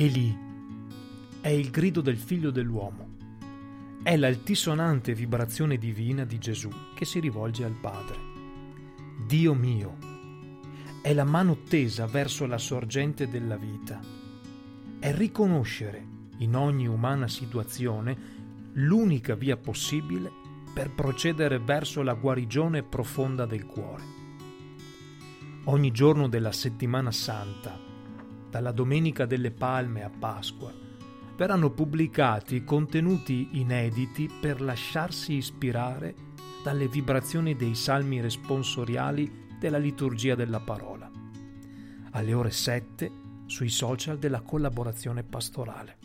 Elì è il grido del Figlio dell'uomo, è l'altisonante vibrazione divina di Gesù che si rivolge al Padre. Dio mio è la mano tesa verso la sorgente della vita, è riconoscere in ogni umana situazione l'unica via possibile per procedere verso la guarigione profonda del cuore. Ogni giorno della Settimana Santa, dalla Domenica delle Palme a Pasqua, verranno pubblicati contenuti inediti per lasciarsi ispirare dalle vibrazioni dei salmi responsoriali della liturgia della parola, alle ore 7 sui social della Collaborazione Pastorale.